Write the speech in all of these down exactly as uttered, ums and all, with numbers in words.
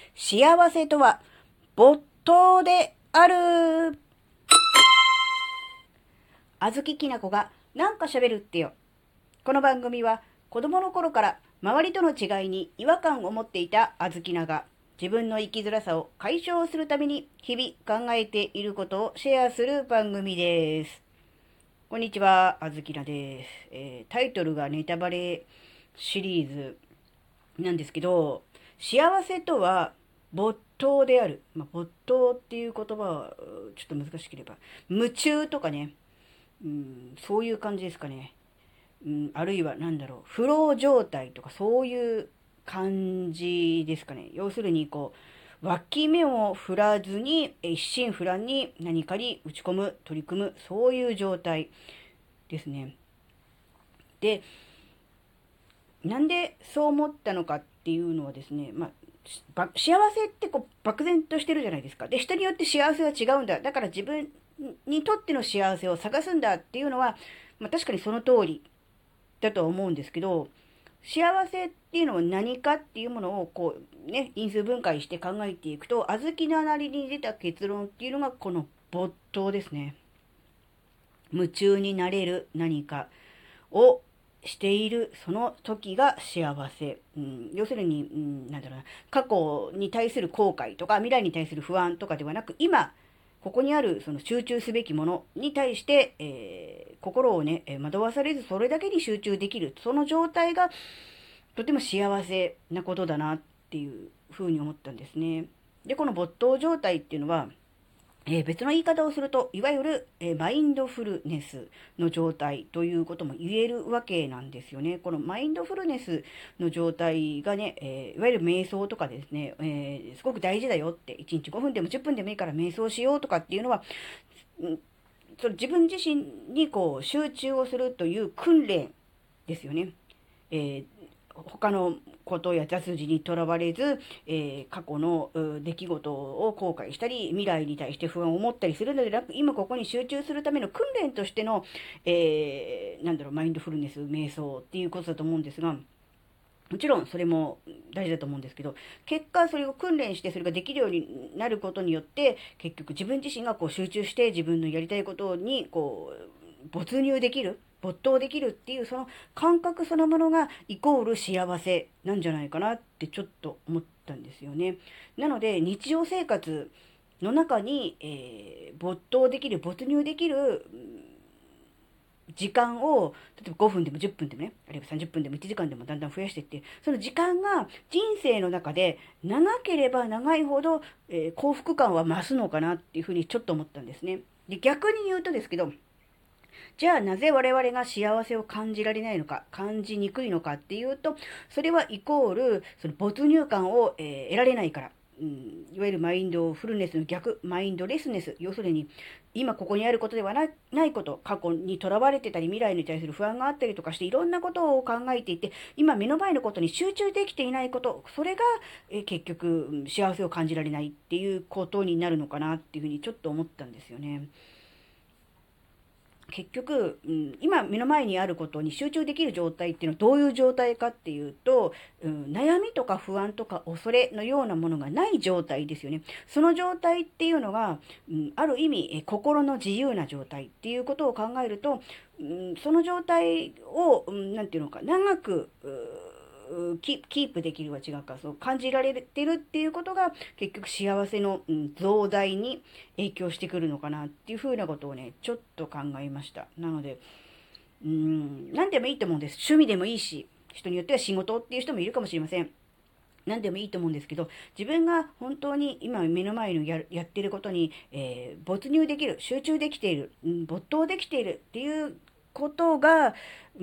幸せとは没頭である。あずききなこがなんか喋るってよ。この番組は子供の頃から周りとの違いに違和感を持っていたあずきなが自分の生きづらさを解消するために日々考えていることをシェアする番組です。こんにちは、あずきなです、えータイトルがネタバレシリーズなんですけど、幸せとは没頭である。まあ、没頭っていう言葉はうちょっと難しければ、夢中とかね、うん、そういう感じですかね。うん、あるいはなんだろう、フロー状態とかそういう感じですかね。要するにこう、脇目を振らずに、え一心不乱に何かに打ち込む、取り組む、そういう状態ですね。で、なんでそう思ったのかっていうのはですね、まあ、ば幸せってこう漠然としてるじゃないですか。で、人によって幸せは違うんだ。だから自分にとっての幸せを探すんだっていうのは、まあ、確かにその通りだとは思うんですけど、幸せっていうのは何かっていうものをこうね、因数分解して考えていくと、小豆のなりに出た結論っていうのがこの没頭ですね。夢中になれる何かをしているその時が幸せ。うん、要するに、うん、なんだろうな、過去に対する後悔とか未来に対する不安とかではなく、今、ここにあるその集中すべきものに対して、えー心をね、惑わされずそれだけに集中できる。その状態がとても幸せなことだなっていうふうに思ったんですね。で、この没頭状態っていうのは、えー別の言い方をすると、いわゆる、えーマインドフルネスの状態ということも言えるわけなんですよね。このマインドフルネスの状態がね、えーいわゆる瞑想とかですね、えーすごく大事だよって、いちにちごふんでもじゅっぷんでもいいから瞑想しようとかっていうのは、んその自分自身にこう集中をするという訓練ですよね。えー他のことや雑事にとらわれず、えー過去の出来事を後悔したり、未来に対して不安を持ったりするのでなく、今ここに集中するための訓練としての、えーなんだろう、マインドフルネス、瞑想っていうことだと思うんですが、もちろんそれも大事だと思うんですけど、結果それを訓練してそれができるようになることによって、結局自分自身がこう集中して自分のやりたいことにこう没入できる、没頭できるっていうその感覚そのものがイコール幸せなんじゃないかなってちょっと思ったんですよね。なので日常生活の中に、えー没頭できる、没入できる時間を、例えばごふんでもじゅっぷんでもね、あるいはさんじゅっぷんでもいちじかんでもだんだん増やしていって、その時間が人生の中で長ければ長いほど、えー幸福感は増すのかなっていうふうにちょっと思ったんですね。で、逆に言うとですけど、じゃあなぜ我々が幸せを感じられないのか、感じにくいのかっていうと、それはイコール、その没入感を、えー得られないから。うん、いわゆるマインドフルネスの逆、マインドレスネス。要するに、今ここにあることではなないこと、過去にとらわれてたり、未来に対する不安があったりとかして、いろんなことを考えていて、今目の前のことに集中できていないこと、それが、えー結局、うん幸せを感じられないっていうことになるのかなっていうふうにちょっと思ったんですよね。結局、うん、今目の前にあることに集中できる状態っていうのはどういう状態かっていうと、うん、悩みとか不安とか恐れのようなものがない状態ですよね。その状態っていうのが、うん、ある意味え心の自由な状態っていうことを考えると、うん、その状態を、うん、なんていうのか長くキキープできるは違うか、そう感じられてるっていうことが結局幸せの、うん、増大に影響してくるのかなっていうふうなことをね、ちょっと考えました。なので、うん、何でもいいと思うんです。趣味でもいいし、人によっては仕事っていう人もいるかもしれません。何でもいいと思うんですけど、自分が本当に今目の前のややってることに、えー没入できる、集中できている、うん、没頭できているっていうことが、うん、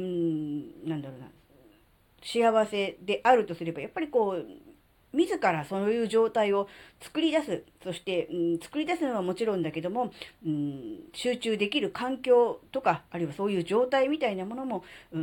なんだろうな、幸せであるとすれば、やっぱりこう、自らそういう状態を作り出す。そして、うん、作り出すのはもちろんだけども、うん、集中できる環境とか、あるいはそういう状態みたいなものも、うん、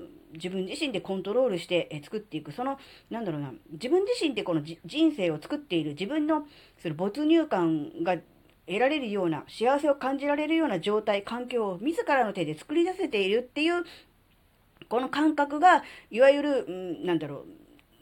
自分自身でコントロールしてえ作っていく。その、なんだろうな、自分自身でこのじ人生を作っている自分のその没入感が得られるような、幸せを感じられるような状態、環境を自らの手で作り出せているっていうこの感覚が、いわゆる、うん、なんだろう、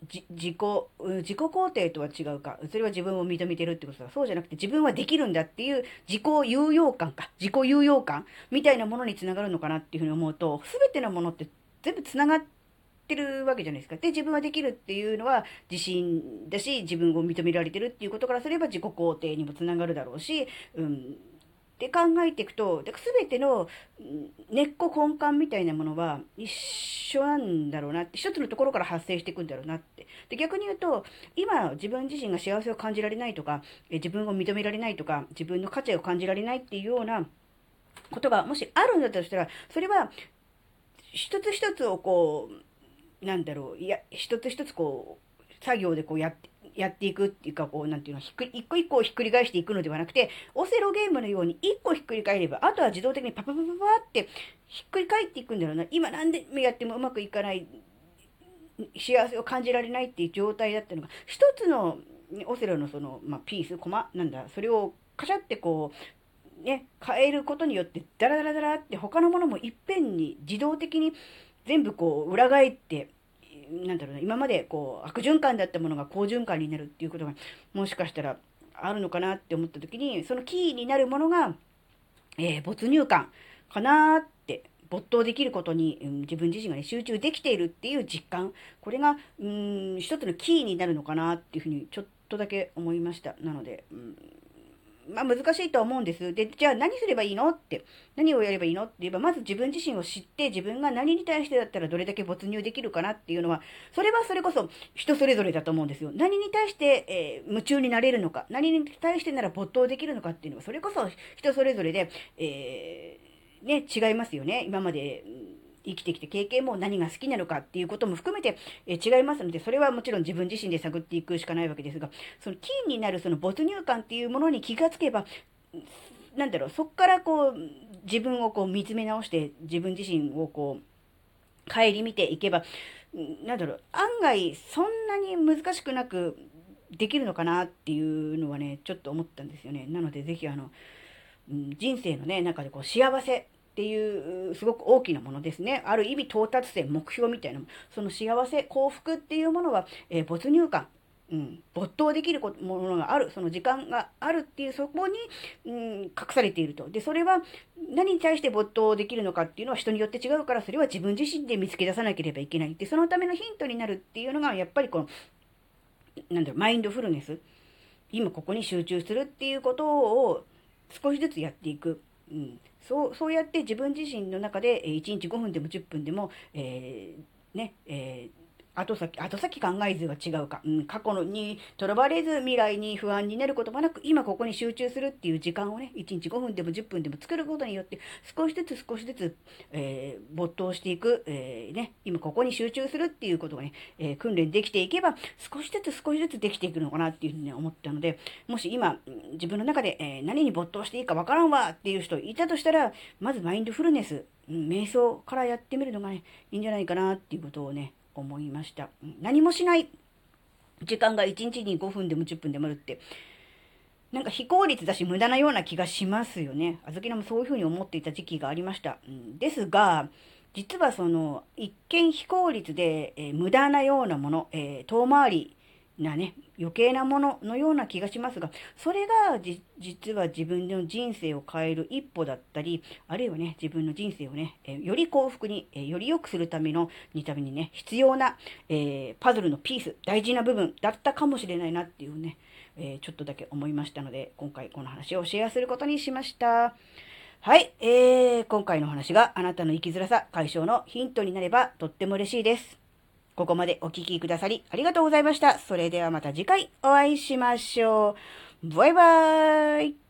じ自己、自己肯定とは違うか。それは自分を認めてるってことだ。そうじゃなくて自分はできるんだっていう自己有用感か。自己有用感みたいなものにつながるのかなっていうふうに思うと、すべてのものって全部つながってるわけじゃないですか。で、自分はできるっていうのは自信だし、自分を認められてるっていうことからすれば自己肯定にもつながるだろうし、うん。って考えていくと、すべての根っこ根幹みたいなものは一緒なんだろうなって、一つのところから発生していくんだろうなって。で、逆に言うと、今自分自身が幸せを感じられないとか、自分を認められないとか、自分の価値を感じられないっていうようなことがもしあるんだとしたら、それは一つ一つをこう、なんだろう、いや、一つ一つこう、作業でこうやって、やっていくっていうか、こう、なんていうの、ひっくり、一個一個をひっくり返していくのではなくて、オセロゲームのように一個ひっくり返れば、あとは自動的にパパパパパってひっくり返っていくんだろうな。今何でやってもうまくいかない、幸せを感じられないっていう状態だったのが、一つのオセロのその、まあ、ピース、コマ、なんだ、それをカシャってこう、ね、変えることによって、ダラダラダラって他のものもいっぺんに自動的に全部こう裏返って、なんだろうな、今までこう悪循環だったものが好循環になるっていうことがもしかしたらあるのかなって思った時に、そのキーになるものが、えー、没入感かなーって没頭できることに、うん、自分自身が、ね、集中できているっていう実感、これがうーん一つのキーになるのかなっていうふうにちょっとだけ思いました。なので、うんまあ難しいとは思うんです。で、じゃあ何すればいいのって、何をやればいいのって言えば、まず自分自身を知って、自分が何に対してだったらどれだけ没入できるかなっていうのは、それはそれこそ人それぞれだと思うんですよ。何に対して、えー夢中になれるのか、何に対してなら没頭できるのかっていうのは、それこそ人それぞれで、えーね、違いますよね。今まで、うん生きてきて経験も何が好きなのかっていうことも含めて、えー違いますので、それはもちろん自分自身で探っていくしかないわけですが、そのキーになるその没入感っていうものに気がつけば、なんだろう、そこからこう、自分をこう見つめ直して、自分自身をこう、顧みていけば、なんだろう、案外そんなに難しくなくできるのかなっていうのはね、ちょっと思ったんですよね。なので、ぜひあの、うん人生のね、中でこう、幸せっていう、すごく大きなものですね。ある意味到達点、目標みたいな、その幸せ、幸福っていうものは、えー没入感。うん、没頭できるものがある、その時間があるっていう、そこに、うん、隠されていると。で、それは何に対して没頭できるのかっていうのは人によって違うから、それは自分自身で見つけ出さなければいけない。で、そのためのヒントになるっていうのが、やっぱりこの、なんだろう、マインドフルネス。今ここに集中するっていうことを少しずつやっていく。うん、そう、そうやって自分自身の中で、えーいちにちごふんでもじゅっぷんでも、えーね、えー後先、後先考えずは違うか。うん、過去のにとらわれず未来に不安になることもなく、今ここに集中するっていう時間をね、いちにちごふんでもじゅっぷんでも作ることによって、少しずつ少しずつ、えー没頭していく、えーね、今ここに集中するっていうことがね、えー訓練できていけば、少しずつ少しずつできていくのかなっていうふうにね思ったので、もし今、うん自分の中で、えー何に没頭していいかわからんわっていう人いたとしたら、まずマインドフルネス、うん瞑想からやってみるのがね、いいんじゃないかなっていうことをね、思いました。うん何もしない時間がいちにちにごふんでもじゅっぷんでもあるって、なんか非効率だし無駄なような気がしますよね。あずきなもそういうふうに思っていた時期がありました。うんですが、実はその一見非効率で、えー無駄なようなもの、えー遠回りなね、余計なもののような気がしますが、それがじ実は自分の人生を変える一歩だったり、あるいはね、自分の人生をね、えーより幸福に、えーより良くするための、にためにね、必要な、えーパズルのピース、大事な部分だったかもしれないなっていうね、えーちょっとだけ思いましたので、今回この話をシェアすることにしました。はい、えー、今回の話があなたの生きづらさ解消のヒントになればとっても嬉しいです。ここまでお聞きくださりありがとうございました。それではまた次回お会いしましょう。バイバーイ。